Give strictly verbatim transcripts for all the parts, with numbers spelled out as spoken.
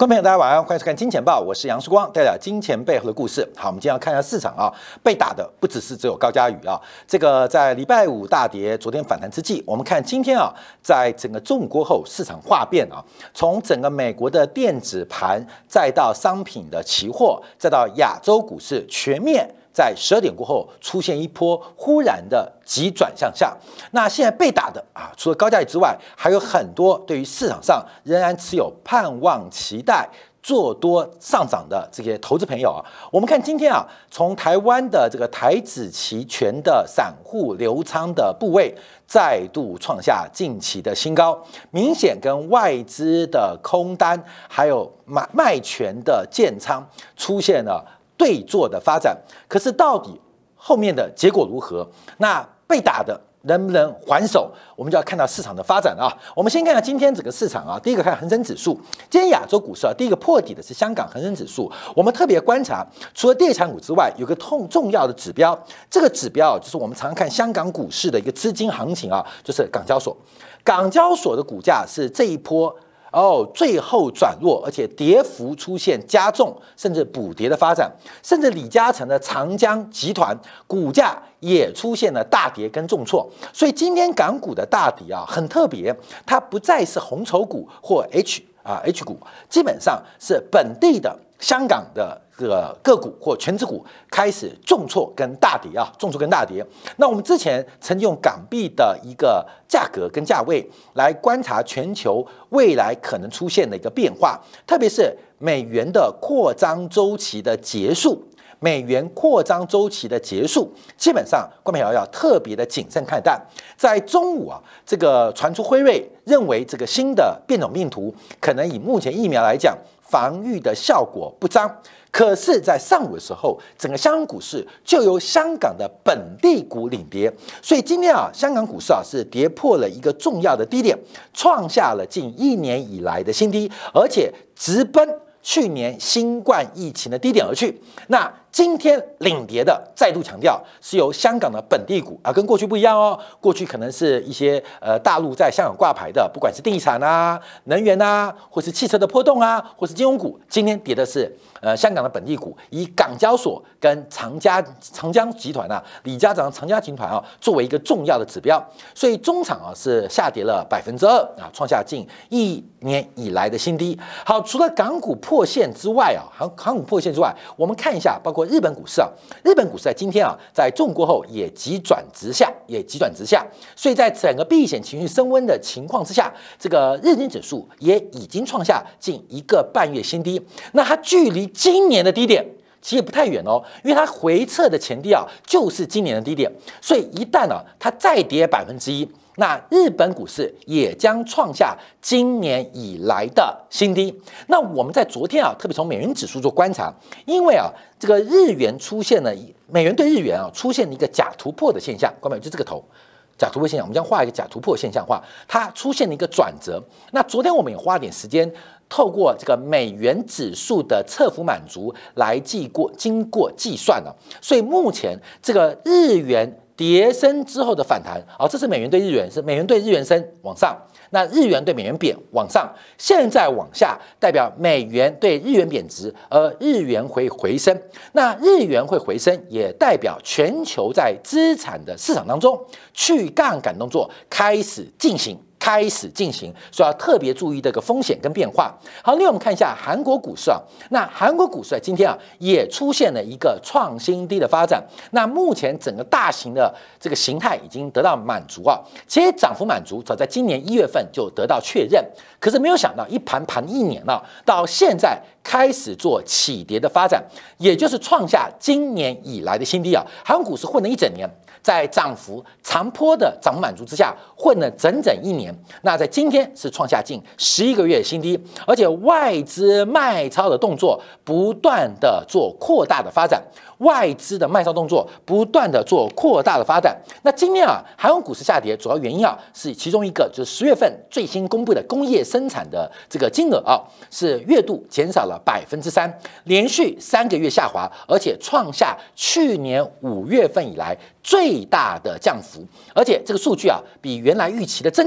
观众朋友，大家晚上好，欢迎收看《金钱报》，我是杨世光，带来金钱背后的故事。好，我们今天要看一下市场啊，被打的不只是只有高嘉瑜啊。这个在礼拜五大跌，昨天反弹之际，我们看今天啊，在整个中午过后，市场化变啊，从整个美国的电子盘，再到商品的期货，再到亚洲股市，全面在十二点过后出现一波忽然的急转向下。那现在被打的啊，除了高嘉瑜之外，还有很多对于市场上仍然持有盼望、期待做多上涨的这些投资朋友啊。我们看今天啊，从台湾的这个台指期权的散户流仓的部位再度创下近期的新高，明显跟外资的空单还有买卖权的建仓出现了对坐的发展。可是到底后面的结果如何？那被打的能不能还手？我们就要看到市场的发展啊。我们先看看今天整个市场啊，第一个看恒生指数。今天亚洲股市啊，第一个破底的是香港恒生指数。我们特别观察，除了地产股之外，有个重重要的指标，这个指标就是我们常看香港股市的一个资金行情啊，就是港交所。港交所的股价是这一波哦，最后转弱，而且跌幅出现加重，甚至补跌的发展，甚至李嘉诚的长江集团股价也出现了大跌跟重挫。所以今天港股的大跌啊，很特别，它不再是红筹股或 H 啊 H 股，基本上是本地的香港的这个个股或全指股开始重挫跟大跌啊，重挫跟大跌。那我们之前曾经用港币的一个价格跟价位来观察全球未来可能出现的一个变化，特别是美元的扩张周期的结束。美元扩张周期的结束，基本上观众朋友要特别的谨慎看待。在中午啊，这个传出辉瑞认为这个新的变种病毒可能以目前疫苗来讲，防御的效果不彰。可是，在上午的时候，整个香港股市就由香港的本地股领跌，所以今天啊，香港股市啊是跌破了一个重要的低点，创下了近一年以来的新低，而且直奔去年新冠疫情的低点而去。那今天领跌的，再度强调是由香港的本地股啊，跟过去不一样哦。过去可能是一些呃大陆在香港挂牌的，不管是地产啊、能源啊，或是汽车的波动啊，或是金融股，今天跌的是呃香港的本地股，以港交所跟长嘉长江集团啊、李家长长江集团啊作为一个重要的指标，所以中场啊是下跌了百分之二啊，创下近一年以来的新低。好，除了港股破线之外啊，港港股破线之外，我们看一下包括日本股市啊，日本股市在今天啊，在重过后也急转直下，也急转直下，所以在整个避险情绪升温的情况之下，这个日经指数也已经创下近一个半月新低。那它距离今年的低点其实也不太远哦，因为它回撤的前低啊，就是今年的低点，所以一旦呢、啊、它再跌百分之一。那日本股市也将创下今年以来的新低。那我们在昨天啊，特别从美元指数做观察，因为啊，这个日元出现了美元对日元啊出现了一个假突破的现象，观众就这个头假突破现象，我们将画一个假突破现象化，它出现了一个转折。那昨天我们也花点时间，透过这个美元指数的测幅满足来计过经过计算了，所以目前这个日元跌升之后的反弹，好，这是美元对日元，是美元对日元升往上，那日元对美元贬往上，现在往下代表美元对日元贬值，而日元会回升。那日元会回升，也代表全球在资产的市场当中去杠杆动作开始进行。开始进行，所以要特别注意这个风险跟变化。好，另外我们看一下韩国股市啊，那韩国股市在今天啊也出现了一个创新低的发展。那目前整个大型的这个形态已经得到满足啊，其实涨幅满足早在今年一月份就得到确认，可是没有想到一盘盘一年了、啊，到现在开始做起跌的发展，也就是创下今年以来的新低啊。韩国股市混了一整年，在涨幅长波的涨幅满足之下混了整整一年。那在今天是创下近十一个月新低，而且外资卖超的动作不断的做扩大的发展，外资的卖超动作不断的做扩大的发展。那今天啊，韩国股市下跌主要原因啊是其中一个就是十月份最新公布的工业生产的这个金额啊是月度减少了百分之三，连续三个月下滑，而且创下去年五月份以来最大的降幅，而且这个数据啊比原来预期的增长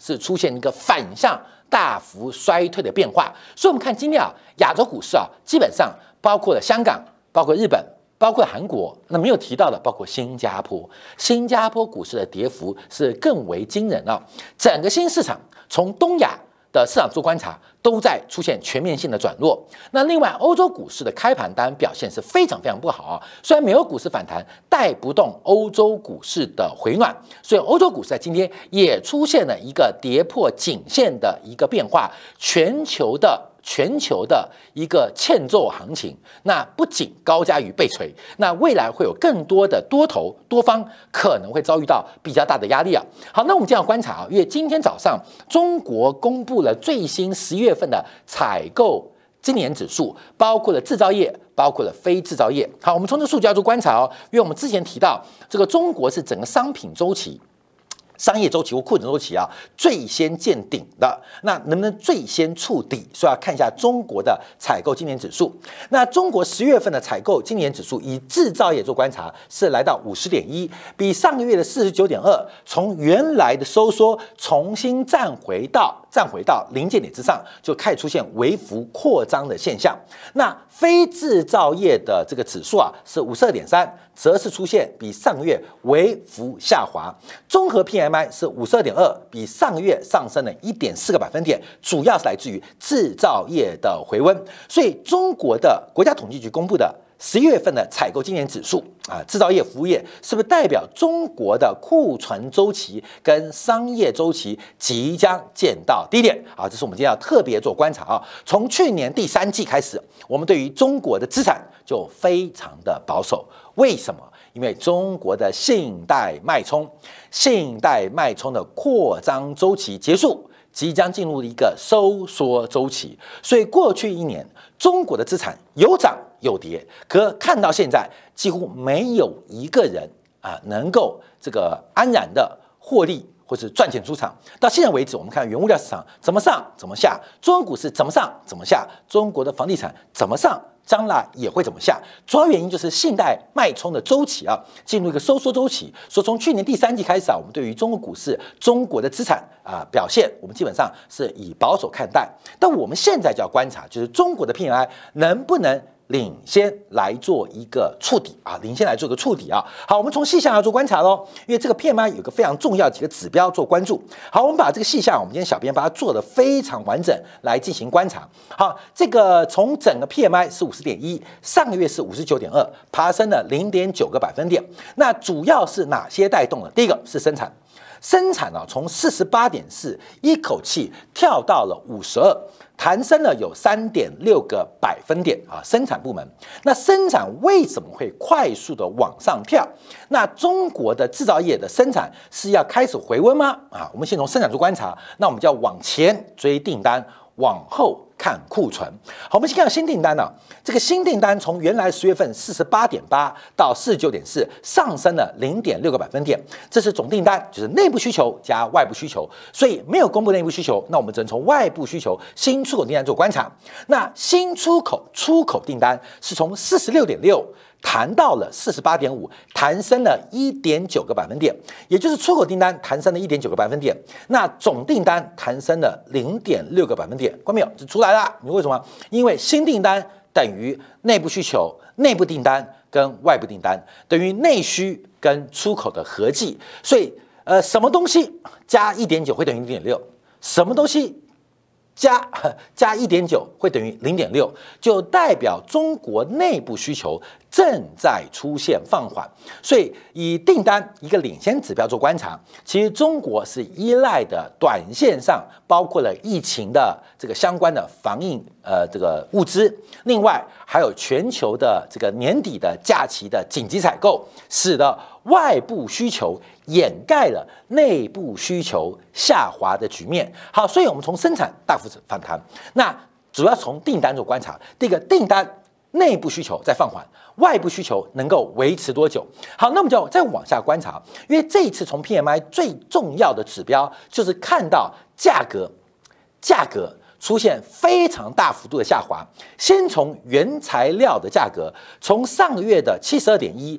是出现一个反向大幅衰退的变化。所以，我们看今天啊，亚洲股市啊，基本上包括了香港、包括日本、包括韩国，那没有提到的包括新加坡。新加坡股市的跌幅是更为惊人啊！整个新市场从东亚的市场做观察，都在出现全面性的转弱。那另外，欧洲股市的开盘单表现是非常非常不好啊。虽然美国股市反弹带不动欧洲股市的回暖，所以欧洲股市在今天也出现了一个跌破颈线的一个变化，全球的。全球的一个欠揍行情，那不仅高嘉瑜被锤，那未来会有更多的多头多方可能会遭遇到比较大的压力啊。好，那我们这样观察啊，因为今天早上中国公布了最新十一月份的采购今年指数，包括了制造业，包括了非制造业。好，我们从这个数据要做观察哦，因为我们之前提到这个中国是整个商品周期。商业周期或库存周期啊，最先见顶的，那能不能最先触底？所以要看一下中国的采购今年指数。那中国十月份的采购今年指数，以制造业做观察，是来到五十点一，比上个月的四十九点二，从原来的收缩重新站回到站回到临界点之上，就开始出现微幅扩张的现象。那非制造业的这个指数啊，是五十二点三，则是出现比上个月微幅下滑。综合 P M I 是五十二点二，比上个月上升了一点四个百分点，主要是来自于制造业的回温。所以，中国的国家统计局公布的十一月份的采购经理指数啊，制造业、服务业是不是代表中国的库存周期跟商业周期即将见到低点啊？这是我们今天要特别做观察啊。从去年第三季开始，我们对于中国的资产就非常的保守。为什么？因为中国的信贷脉冲、信贷脉冲的扩张周期结束，即将进入一个收缩周期。所以过去一年，中国的资产有涨有跌，可看到现在几乎没有一个人啊能够这个安然的获利或是赚钱出场。到现在为止，我们看原物料市场怎么上怎么下，中国股市怎么上怎么下，中国的房地产怎么上，将来也会怎么下。主要原因就是信贷脉冲的周期啊进入一个收缩周期。所以从去年第三季开始啊，我们对于中国股市、中国的资产啊表现，我们基本上是以保守看待。但我们现在就要观察，就是中国的 P M I 能不能领先来做一个触底啊，领先来做一个触底啊。好，我们从细项来做观察喽，因为这个 P M I 有个非常重要的几个指标做关注。好，我们把这个细项，我们今天小编把它做得非常完整来进行观察。好，这个从整个 P M I 是五十点一，上个月是五十九点二，爬升了零点九个百分点。那主要是哪些带动了？第一个是生产。生产啊，从四十八点四一口气跳到了五十二，弹升了有三点六个百分点啊。生产部门，那生产为什么会快速的往上跳？那中国的制造业的生产是要开始回温吗？啊，我们先从生产做观察，那我们就要往前追订单，往后看库存。好，我们先看新订单呢、啊，这个新订单从原来十月份四十八点八到四十九点四，上升了零点六个百分点。这是总订单，就是内部需求加外部需求，所以没有公布内部需求，那我们只能从外部需求、新出口订单做观察。那新出口出口订单是从四十六点六。弹到了四十八点五，弹升了一点九个百分点，也就是出口订单弹升了一点九个百分点，那总订单弹升了零点六个百分点，关没有？就出来了。你为什么？因为新订单等于内部需求、内部订单跟外部订单等于内需跟出口的合计，所以呃，什么东西加一点九会等于零点六，什么东西？加加一点九会等于零点六，就代表中国内部需求正在出现放缓。所以以订单一个领先指标做观察，其实中国是依赖的短线上包括了疫情的这个相关的防疫呃这个物资，另外还有全球的这个年底的假期的紧急采购，使得外部需求掩盖了内部需求下滑的局面。好，所以我们从生产大幅反弹，那主要从订单做观察。第一个，订单内部需求在放缓，外部需求能够维持多久？好，那我们就再往下观察，因为这一次从 P M I 最重要的指标就是看到价格，价格出现非常大幅度的下滑。先从原材料的价格，从上个月的七十二点一。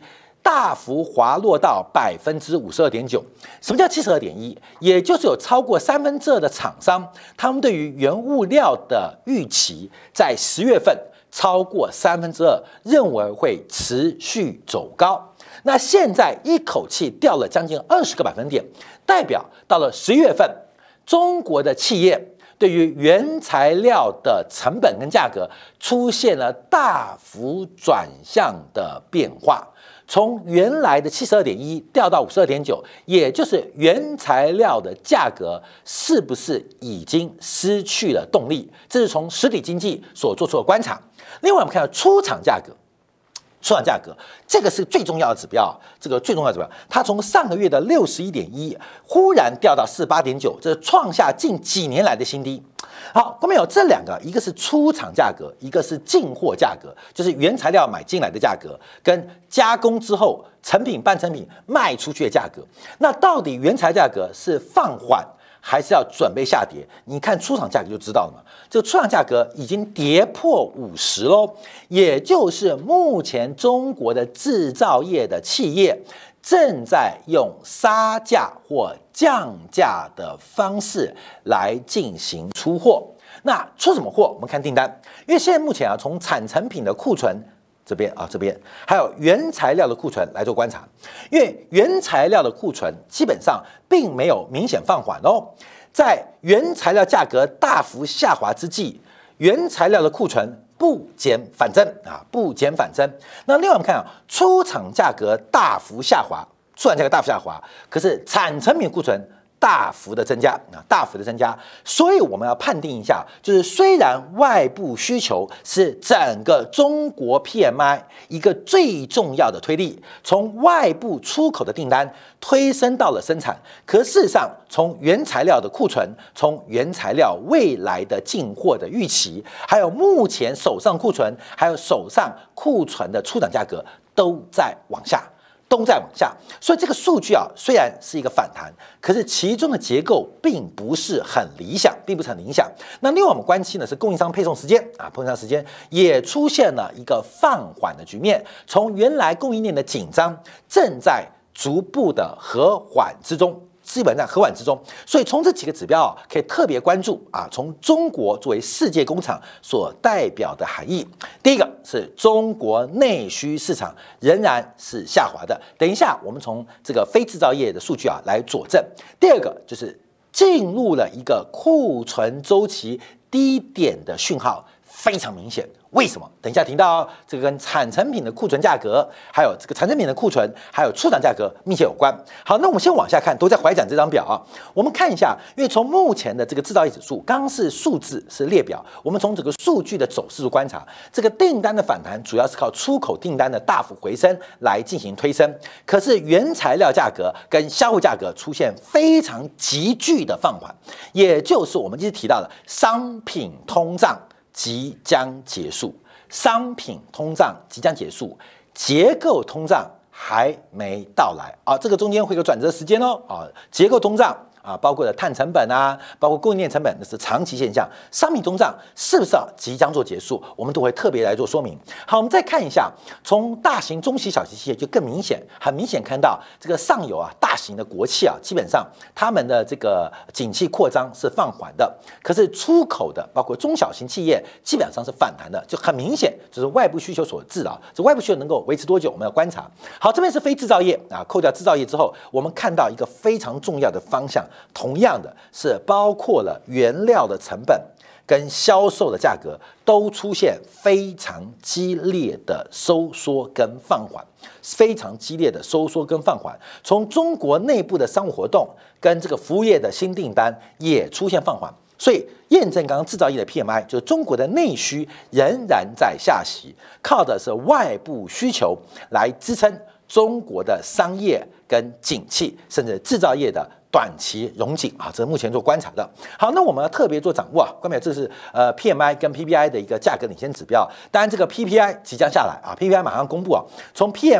大幅滑落到百分之五十二点九。什么叫七十二点一？也就是有超过三分之二的厂商，他们对于原物料的预期，在十月份超过三分之二，认为会持续走高。那现在一口气掉了将近二十个百分点，代表到了十一月份，中国的企业对于原材料的成本跟价格出现了大幅转向的变化，从原来的七十二点一掉到五十二点九，也就是原材料的价格是不是已经失去了动力？这是从实体经济所做出的观察。另外，我们看到出厂价格。出厂价格，这个是最重要的指标，这个最重要的指标，它从上个月的六十一点一，忽然掉到四十八点九，这是创下近几年来的新低。好，观众朋友，这两个，一个是出厂价格，一个是进货价格，就是原材料买进来的价格，跟加工之后成品、半成品卖出去的价格。那到底原材料价格是放缓，还是要准备下跌？你看出厂价格就知道了嘛。这个出厂价格已经跌破五十喽，也就是目前中国的制造业的企业正在用杀价或降价的方式来进行出货。那出什么货？我们看订单，因为现在目前啊，从产成品的库存。这边啊，这边还有原材料的库存来做观察，因为原材料的库存基本上并没有明显放缓哦。在原材料价格大幅下滑之际，原材料的库存不减反增啊，不减反增。那另外我们看啊，出厂价格大幅下滑，出厂价格大幅下滑，可是产成品库存大幅的增加啊，大幅的增加，所以我们要判定一下，就是虽然外部需求是整个中国 P M I 一个最重要的推力，从外部出口的订单推升到了生产，可事实上从原材料的库存，从原材料未来的进货的预期，还有目前手上库存，还有手上库存的出厂价格都在往下。都在往下，所以这个数据啊，虽然是一个反弹，可是其中的结构并不是很理想，并不是很理想。那另外我们关心的是供应商配送时间啊，配送时间也出现了一个放缓的局面，从原来供应链的紧张正在逐步的和缓之中。基本上和缓之中，所以从这几个指标啊，可以特别关注啊，从中国作为世界工厂所代表的含义。第一个是中国内需市场仍然是下滑的，等一下我们从这个非制造业的数据啊来佐证。第二个就是进入了一个库存周期低点的讯号，非常明显。为什么？等一下听到这个跟产成品的库存价格，还有这个产成品的库存，还有出厂价格密切有关。好，那我们先往下看，都在怀展这张表啊，我们看一下，因为从目前的这个制造业指数，刚刚是数字是列表，我们从整个数据的走势做观察，这个订单的反弹主要是靠出口订单的大幅回升来进行推升，可是原材料价格跟销售价格出现非常急剧的放缓，也就是我们一直提到的商品通胀即将结束，商品通胀即将结束，结构通胀还没到来啊，这个中间会有转折时间哦啊，结构通胀啊，包括了碳成本啊，包括供应链成本，那是长期现象。商品通胀是不是啊即将做结束？我们都会特别来做说明。好，我们再看一下，从大型、中型、小型企业就更明显，很明显看到这个上游啊，大型的国企啊，基本上他们的这个景气扩张是放缓的，可是出口的，包括中小型企业，基本上是反弹的，就很明显，就是外部需求所致啊。这外部需求能够维持多久，我们要观察。好，这边是非制造业啊，扣掉制造业之后，我们看到一个非常重要的方向。同样的是，包括了原料的成本跟销售的价格都出现非常激烈的收缩跟放缓，非常激烈的收缩跟放缓。从中国内部的商务活动跟这个服务业的新订单也出现放缓，所以验证刚刚制造业的 P M I， 就是中国的内需仍然在下行，靠的是外部需求来支撑中国的商业跟景气，甚至制造业的短期荣景啊，这是目前做观察的。好，那我们要特别做掌握啊，关表这是呃 P M I 跟 P P I 的一个价格领先指标。当然，这个 P P I 即将下来啊 ，P P I 马上公布啊。从 P M I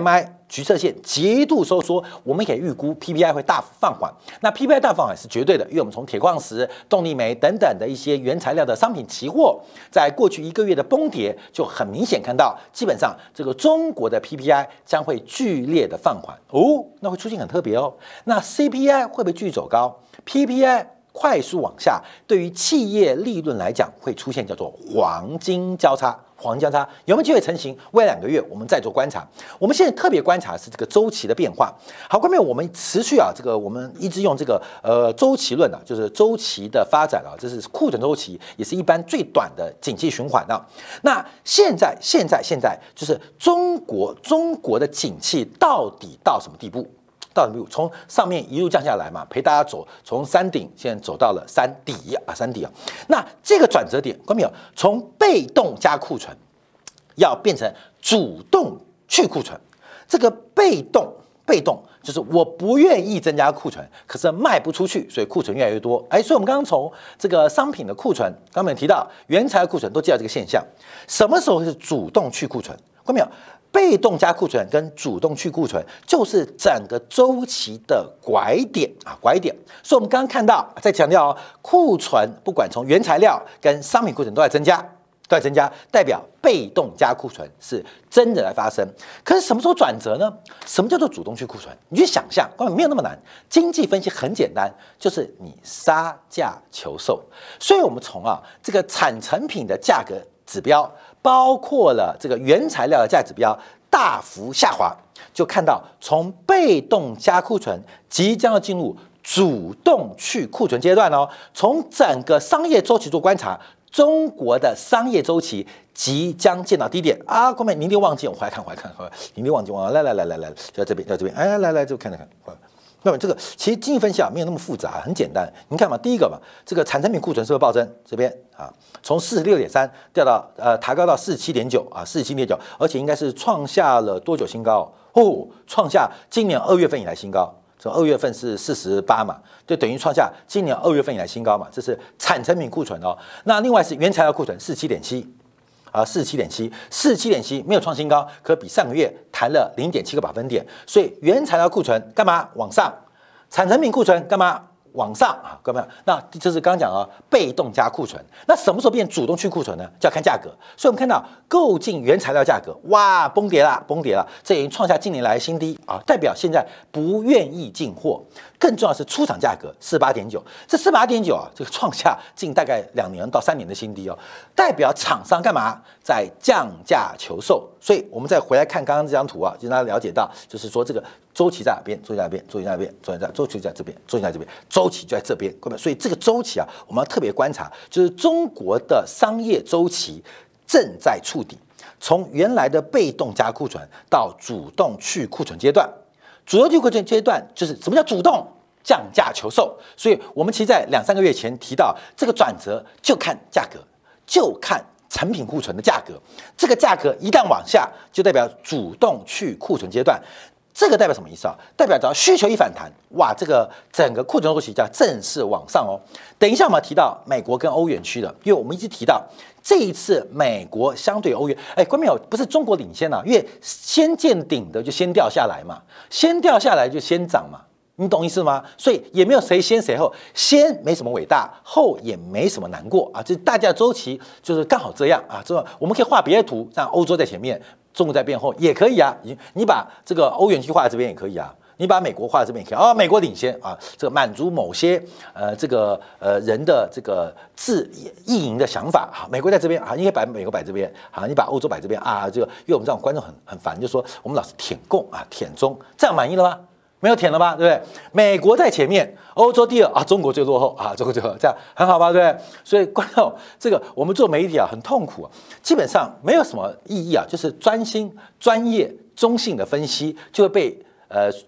橘色线极度收缩，我们可以预估 P P I 会大幅放缓。那 P P I 大放缓是绝对的，因为我们从铁矿石、动力煤等等的一些原材料的商品期货，在过去一个月的崩跌，就很明显看到，基本上这个中国的 P P I 将会剧烈的放缓哦，那会出现很特别哦。那 C P I 会不会继续走高 ？P P I 快速往下，对于企业利润来讲，会出现叫做黄金交叉。黄金交叉有没有机会成型？未来两个月我们再做观察。我们现在特别观察的是这个周期的变化。好，观众，我们持续啊，这个我们一直用这个呃周期论啊，就是周期的发展啊，这是库存周期，也是一般最短的景气循环啊。那现在现在现在就是中国中国的景气到底到什么地步？到底从上面一路降下来嘛，陪大家走，从山顶现在走到了山底啊，山底啊。那这个转折点，观众朋友，从被动加库存要变成主动去库存，这个被动被动就是我不愿意增加库存，可是卖不出去，所以库存越来越多。哎，所以我们刚刚从这个商品的库存，刚刚有提到原材料库存都介绍这个现象，什么时候是主动去库存？观众朋友。被动加库存跟主动去库存，就是整个周期的拐点啊，拐点。所以我们刚刚看到，在强调、哦、库存，不管从原材料跟商品库存都在增加，都在增加，代表被动加库存是真的来发生。可是什么时候转折呢？什么叫做主动去库存？你去想象，根本没有那么难。经济分析很简单，就是你杀价求售。所以我们从啊这个产成品的价格指标。包括了这个原材料的价指标大幅下滑，就看到从被动加库存即将要进入主动去库存阶段哦。从整个商业周期做观察，中国的商业周期即将见到低点啊！各位，您一定忘记，我回来看，回来看，回来，您一定忘记，我来来来来来，就在这边，在这边，哎，来来就看看看。那么这个其实经济分析啊没有那么复杂，很简单。你看嘛，第一个嘛，这个产成品库存是不是暴增？这边啊，从四十六点三掉到呃抬高到四十七点九啊，四十七点九，而且应该是创下了多久新高哦？创下今年二月份以来新高。从二月份是四十八嘛，就等于创下今年二月份以来新高嘛，这是产成品库存哦。那另外是原材料库存四十七点七。啊，四十七点七，四十七点七没有创新高，可比上个月弹了零点七个百分点，所以原材料库存干嘛往上，产成品库存干嘛往上啊？各位，那这是刚刚讲啊，被动加库存，那什么时候变主动去库存呢？就要看价格。所以我们看到购进原材料价格，哇，崩跌了，崩跌了，这已经创下近年来新低啊，代表现在不愿意进货。更重要的是出厂价格四十八点九，这四十八点九啊，这个创下近大概两年到三年的新低哦，代表厂商干嘛在降价求售？所以我们再回来看刚刚这张图啊，就让大家了解到，就是说这个周期在哪边，周期在哪边，周期在哪边，周期在周期在这边，周期在这边，周期就在这边，所以这个周期啊，我们要特别观察，就是中国的商业周期正在触底，从原来的被动加库存到主动去库存阶段。主动去库存阶段就是什么叫主动降价求售？所以我们其实在两三个月前提到，这个转折就看价格，就看成品库存的价格。这个价格一旦往下，就代表主动去库存阶段。这个代表什么意思啊？代表只要需求一反弹，哇，这个整个库存周期叫正式往上哦。等一下我们提到美国跟欧元区的，因为我们一直提到这一次美国相对欧元，哎，观众朋友不是中国领先啊，因为先见顶的就先掉下来嘛，先掉下来就先涨嘛。你懂意思吗？所以也没有谁先谁后，先没什么伟大，后也没什么难过啊，这大家的周期就是刚好这样啊。这我们可以画别的图，让欧洲在前面，中国在变后也可以啊。你你把这个欧元区画在这边也可以啊，你把美国画在这边也可以啊。哦，美国领先啊，这个满足某些呃这个呃人的这个自意淫的想法。好，美国在这边啊，你可以把美国摆这边，好，你把欧洲摆这边啊。这个因为我们这种观众很很烦，就说我们老是舔共啊，舔中，这样满意了吗？没有舔了吧，对不对？美国在前面，欧洲第二啊，中国最落后啊，中国最后这样很好吧，对不对？所以观众这个我们做媒体啊很痛苦啊，基本上没有什么意义啊，就是专心、专业、中性的分析就会被呃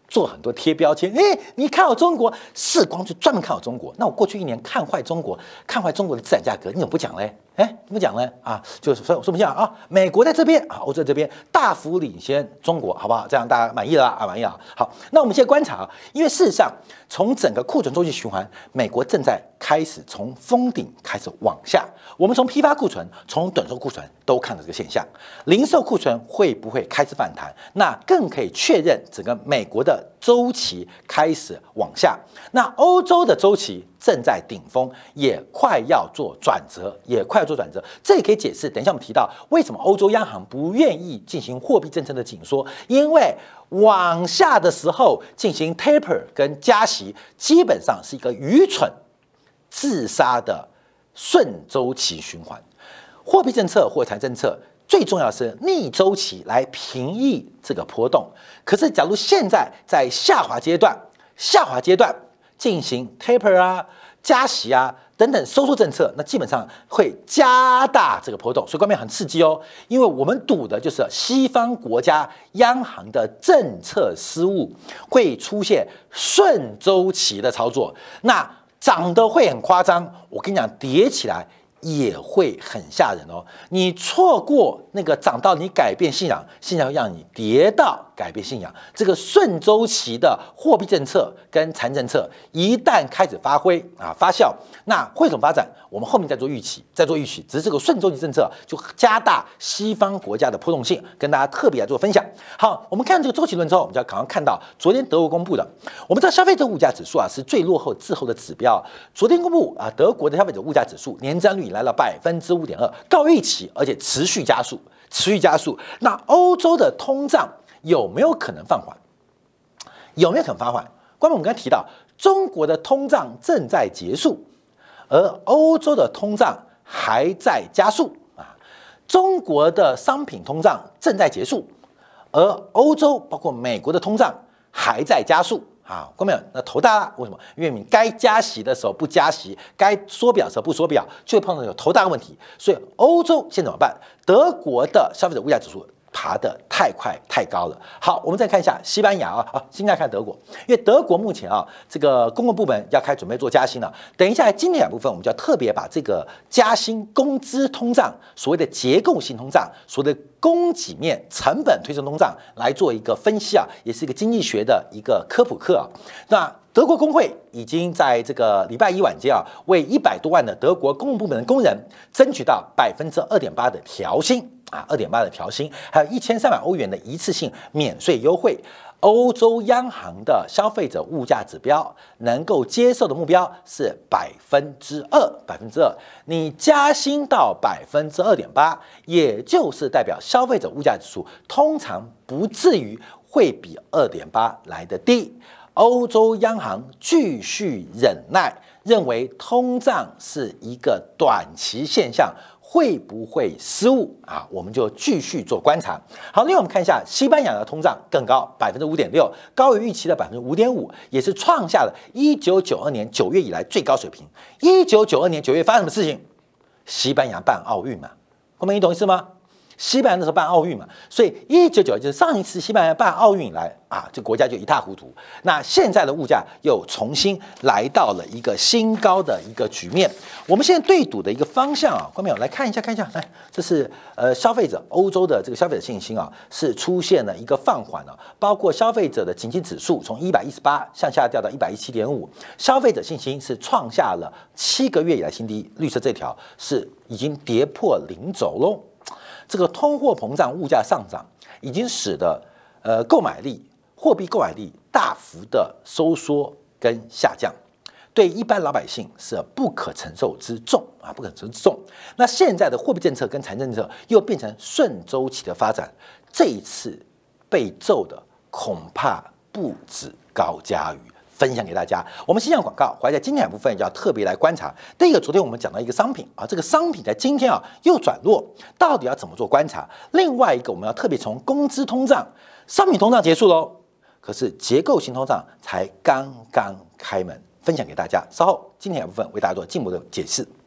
做很多贴标签，哎，你看好中国，世光就专门看好中国。那我过去一年看坏中国，看坏中国的资产价格，你怎么不讲嘞？哎，怎么讲呢？啊，就是说说不讲啊，美国在这边啊，欧洲这边大幅领先中国，好不好？这样大家满意了啊，满意了。好，那我们现在观察啊，因为事实上从整个库存周期循环，美国正在开始从峰顶开始往下。我们从批发库存、从短售库存都看到这个现象，零售库存会不会开始反弹？那更可以确认整个美国的周期开始往下。那欧洲的周期正在顶峰，也快要做转折，也快要做转折。这也可以解释，等一下我们提到为什么欧洲央行不愿意进行货币政策的紧缩，因为往下的时候进行 taper 跟加息，基本上是一个愚蠢、自杀的顺周期循环。货币政策或财政策最重要的是逆周期来平抑这个波动。可是，假如现在在下滑阶段，下滑阶段进行 taper 啊、加息啊等等收缩政策，那基本上会加大这个波动，所以观众很刺激哦。因为我们赌的就是西方国家央行的政策失误会出现顺周期的操作，那涨得会很夸张。我跟你讲，跌起来也会很吓人哦。你错过那个涨到你改变信仰，信仰会让你跌到改变信仰。这个顺周期的货币政策跟财政政策一旦开始发挥啊发酵，那会怎么发展？我们后面再做预期，再做预期。只是这个顺周期政策就加大西方国家的波动性，跟大家特别来做分享。好，我们看这个周期论之后，我们就要赶快看到昨天德国公布的。我们知道消费者物价指数啊是最落后滞后的指标。昨天公布啊，德国的消费者物价指数年增率来到百分之五点二，高于预期，而且持续加速，持续加速。那欧洲的通胀有没有可能放缓？有没有可能放缓？关于我们刚才提到，中国的通胀正在结束，而欧洲的通胀还在加速啊。中国的商品通胀正在结束，而欧洲包括美国的通胀还在加速。好，观众朋友，那头大了，为什么？因为你该加息的时候不加息，该缩表的时候不缩表，就会碰到有头大的问题。所以欧洲现在怎么办？德国的消费者物价指数爬得太快太高了。好，我们再看一下西班牙啊，啊，先来看德国，因为德国目前啊，这个公共部门要开始准备做加薪了。等一下今天两部分，我们就要特别把这个加薪、工资通胀、所谓的结构性通胀、所谓的供给面成本推升通胀来做一个分析啊，也是一个经济学的一个科普课啊。那德国工会已经在这个礼拜一晚间啊，为一百多万的德国公共部门的工人争取到百分之二点八的调薪。啊，二点八的调薪，还有一千三百欧元的一次性免税优惠。欧洲央行的消费者物价指标能够接受的目标是百分之二，百分之二。你加薪到百分之二点八，也就是代表消费者物价指数通常不至于会比二点八来得低。欧洲央行继续忍耐，认为通胀是一个短期现象。会不会失误啊？我们就继续做观察。好，另外我们看一下西班牙的通胀更高，百分之五点六，高于预期的百分之五点五，也是创下了一九九二年九月以来最高水平。一九九二年九月发生什么事情？西班牙办奥运嘛，各位你懂意思吗？西班牙那时候办奥运嘛，所以一九九二就是上一次西班牙办奥运以来啊，这国家就一塌糊涂。那现在的物价又重新来到了一个新高的一个局面。我们现在对赌的一个方向啊，观众朋友来看一下，看一下，来，这是呃消费者欧洲的这个消费者信心啊，是出现了一个放缓啊，包括消费者的景气指数从一百一十八向下掉到一百一十七点五，消费者信心是创下了七个月以来新低，绿色这条是已经跌破零轴喽。这个通货膨胀、物价上涨，已经使得呃购买力、货币购买力大幅的收缩跟下降，对一般老百姓是不可承受之重啊，不可承受之重。那现在的货币政策跟财政政策又变成顺周期的发展，这一次被揍的恐怕不止高嘉瑜。分享给大家，我们先讲广告，回来在今天的部分就要特别来观察。第一个，昨天我们讲到一个商品啊，这个商品在今天啊又转弱，到底要怎么做观察？另外一个，我们要特别从工资通胀、商品通胀结束喽，可是结构性通胀才刚刚开门，分享给大家。稍后今天的部分为大家做进一步的解释。